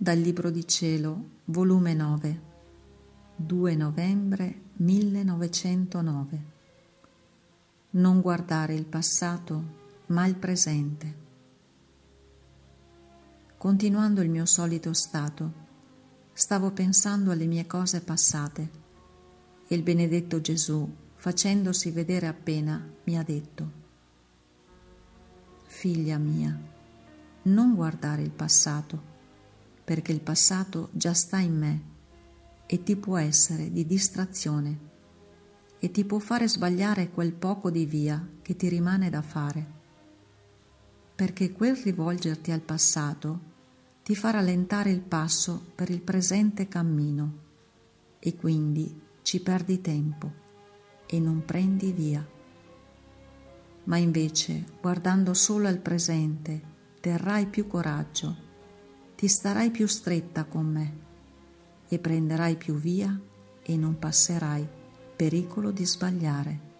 Dal Libro di Cielo, volume 9, 2 novembre 1909. Non guardare il passato, ma il presente. Continuando il mio solito stato, stavo pensando alle mie cose passate e il benedetto Gesù, facendosi vedere appena, mi ha detto: «Figlia mia, non guardare il passato, perché il passato già sta in me e ti può essere di distrazione e ti può fare sbagliare quel poco di via che ti rimane da fare, perché quel rivolgerti al passato ti fa rallentare il passo per il presente cammino e quindi ci perdi tempo e non prendi via. Ma invece, guardando solo al presente, terrai più coraggio, ti starai più stretta con me e prenderai più via e non passerai pericolo di sbagliare».